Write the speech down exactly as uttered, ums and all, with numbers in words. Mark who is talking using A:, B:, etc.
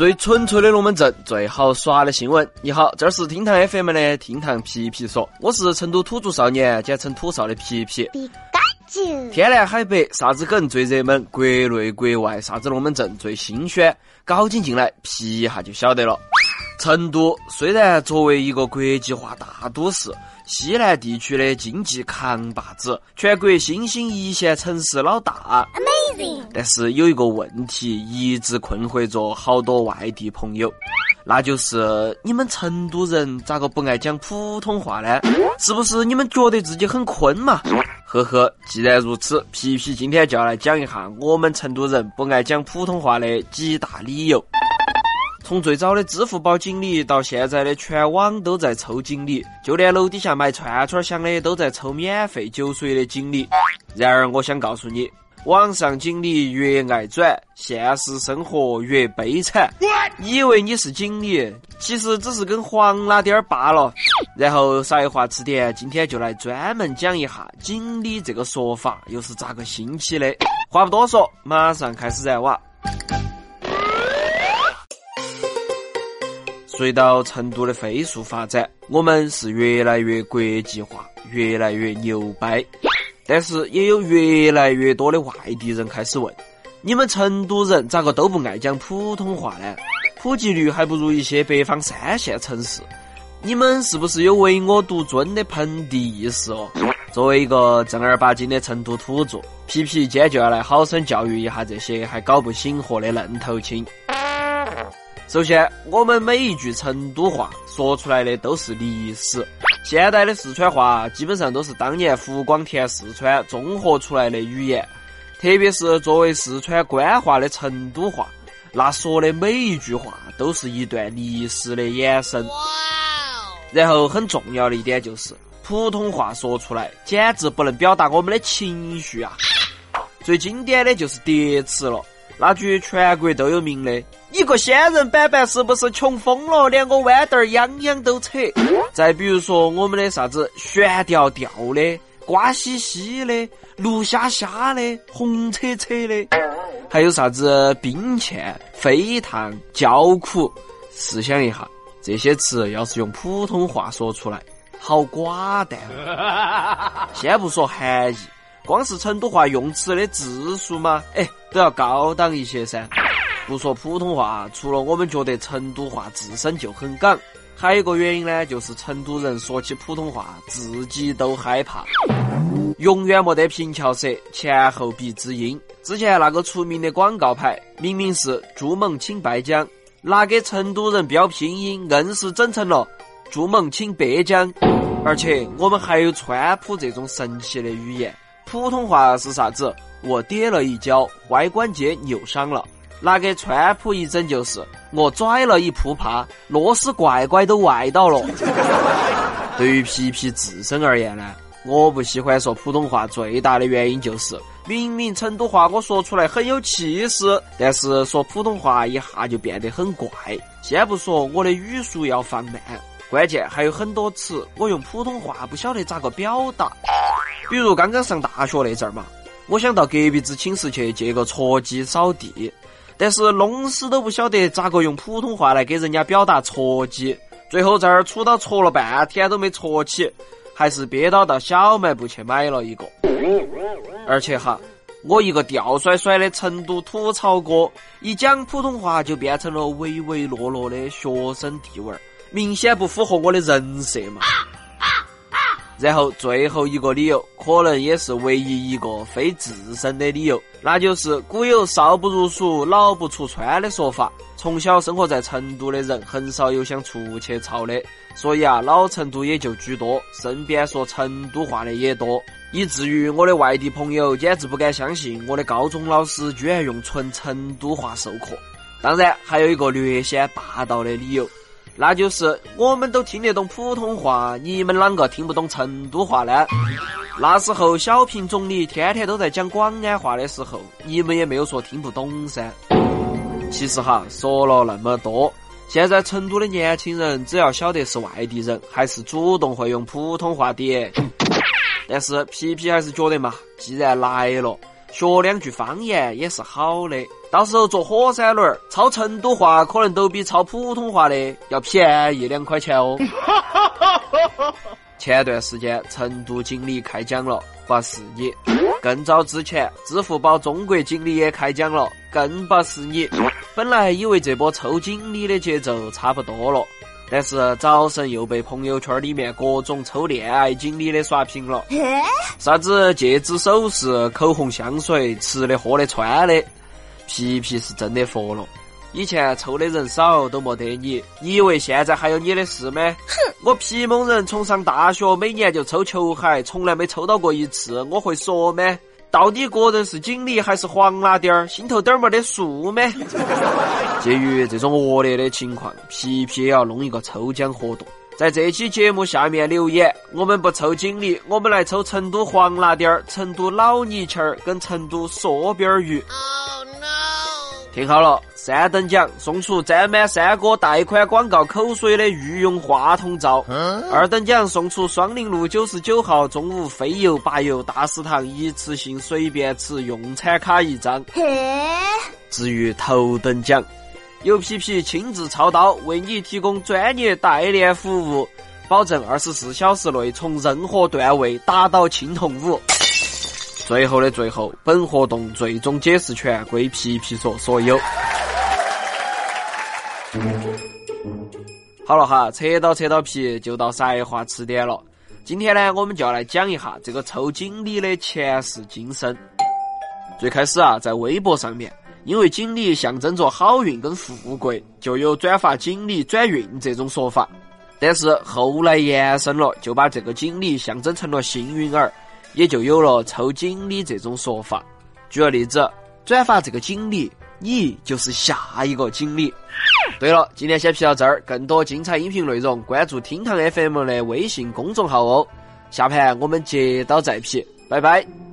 A: 最纯粹的龙门阵，最好耍的新闻。你好，这是厅堂 F M 的厅堂皮皮说，我是成都土著少年，简称土少的皮皮。天南海北，啥子梗最热门？国内国外，啥子龙门阵最新鲜？搞紧进来，皮一下就晓得了。成都虽然作为一个国际化大都市，西南地区的经济扛把子，全国新兴一线城市老大， Amazing！ 但是有一个问题一直困惑着好多外地朋友，那就是你们成都人咋个不爱讲普通话呢？是不是你们觉得自己很坤嘛？呵呵，既然如此，皮皮今天就要来讲一下我们成都人不爱讲普通话的几大理由。从最早的支付宝锦鲤到现在的全网都在抽锦鲤，就连楼底下卖串串香的都在抽免费酒水的锦鲤。然而我想告诉你，网上锦鲤越爱转，现实生活越悲惨。以为你是锦鲤，其实只是根黄拉点罢了。然后少一话词典今天就来专门讲一下锦鲤这个说法又是咋个兴起的。话不多说，马上开始燃瓦。随到成都的飞速发展，我们是越来越国际化，越来越牛掰。但是也有越来越多的外地人开始问，你们成都人咋个都不爱讲普通话呢？普及率还不如一些北方三线城市，你们是不是有唯我独尊的盆地意识哦？作为一个正儿八经的成都土著，皮皮今天就要来好生教育一下这些还搞不醒货的愣头青。首先，我们每一句成都话说出来的都是历史，现代的四川话基本上都是当年湖广填四川综合出来的语言，特别是作为四川官话的成都话，那说的每一句话都是一段历史的延伸。然后很重要的一点就是，普通话说出来简直不能表达我们的情绪啊！最经典的就是叠词了，那句全国都有名的，一个仙人板板是不是穷疯了，连个豌豆秧秧都扯。再比如说我们的啥子悬吊吊的，瓜兮兮的，芦虾虾的，红扯扯的，还有啥子冰欠、沸烫、叫苦。试想一下，这些词要是用普通话说出来，好寡淡啊。先不说含义，光是成都话用词的字数嘛，哎，都要高档一些噻。不说普通话，除了我们觉得成都话自身就很港，还有一个原因呢，就是成都人说起普通话自己都害怕，永远没得平翘舌，前后鼻之音。之前那个出名的广告牌明明是朱蒙请拜讲，拿给成都人标拼音，硬是整成了朱蒙请别讲。而且我们还有川普这种神奇的语言，普通话是啥子？我跌了一跤，踝关节扭伤了。拿给川普一整就是我拽了一扑趴，螺丝怪怪都歪到了。对于皮皮自身而言呢，我不喜欢说普通话最大的原因就是明明成都话我说出来很有气势，但是说普通话一下就变得很怪。先不说我的语速要放慢，关键还有很多词我用普通话不晓得咋个表达。比如刚刚上大学那阵儿嘛，我想到隔壁子寝室去借个戳机扫地，但是弄死都不晓得咋个用普通话来给人家表达戳机，最后这儿杵到戳了半天都没戳起，还是憋到到小卖部去买了一个。而且哈，我一个吊甩甩的成都吐槽哥，一讲普通话就变成了唯唯诺诺的学生地位，明显不符合我的人设嘛。然后最后一个理由，可能也是唯一一个非自身的理由，那就是古有少不如蜀，老不出川的说法。从小生活在成都的人很少有想出去操的，所以啊，老成都也就居多，身边说成都话的也多，以至于我的外地朋友简直不敢相信我的高中老师居然用纯成都话授课。当然还有一个略显霸道的理由，那就是我们都听得懂普通话，你们啷个听不懂成都话呢？那时候小平总理天天都在讲广安话的时候，你们也没有说听不懂噻。其实哈，说了那么多，现在成都的年轻人只要晓得是外地人，还是主动会用普通话的。但是皮皮还是觉得嘛，既然来了，学两句方言也是好的。 到时候坐火三轮抄成都话可能都比抄普通话的要便宜两块钱哦。前段时间成都锦鲤开奖了，不是你。更早之前支付宝中国锦鲤也开奖了，更不是你。本来以为这波抽锦鲤的节奏差不多了，但是早晨又被朋友圈里面各种抽恋爱锦鲤的刷屏了。啥子戒指首饰、口红香水、吃的喝的穿的，皮皮是真的佛了。以前抽的人少都没得你，你以为现在还有你的事吗？哼！我皮蒙人从上大学每年就抽球海，从来没抽到过一次，我会说吗？到底个人是锦鲤还是黄拉点儿，心头点儿没得数吗？鉴于这种恶劣的情况，皮皮也要弄一个抽奖活动，在这期节目下面留言，我们不抽锦鲤，我们来抽成都黄拉点儿、成都老泥鳅儿跟成都缩边鱼。Oh no！听好了，三等奖送出沾满三个贷款广告口水的御用话筒罩，嗯、二等奖送出双林路九十九号中午非油罢油大食堂一次性随便吃用餐卡一张。至于头等奖，由皮皮亲自操刀为你提供专业代练服务，保证二十四小时内从任何段位打倒青铜五。最后的最后，本活动最终解释权归皮皮所所有。好了哈，扯到扯到皮就到晒话词典了。今天呢，我们就要来讲一下这个抽锦鲤的前世今生。最开始啊，在微博上面，因为锦鲤象征着好运跟富贵，就有转发锦鲤转运这种说法。但是后来延伸了，就把这个锦鲤象征成了幸运儿，也就有了抽锦鲤这种说法。举个例子，转发这个锦鲤，你就是下一个锦鲤。对了，今天先皮到这儿，更多精彩音频内容关注厅堂 F M 的微信公众号哦。下盘我们接到再皮，拜拜。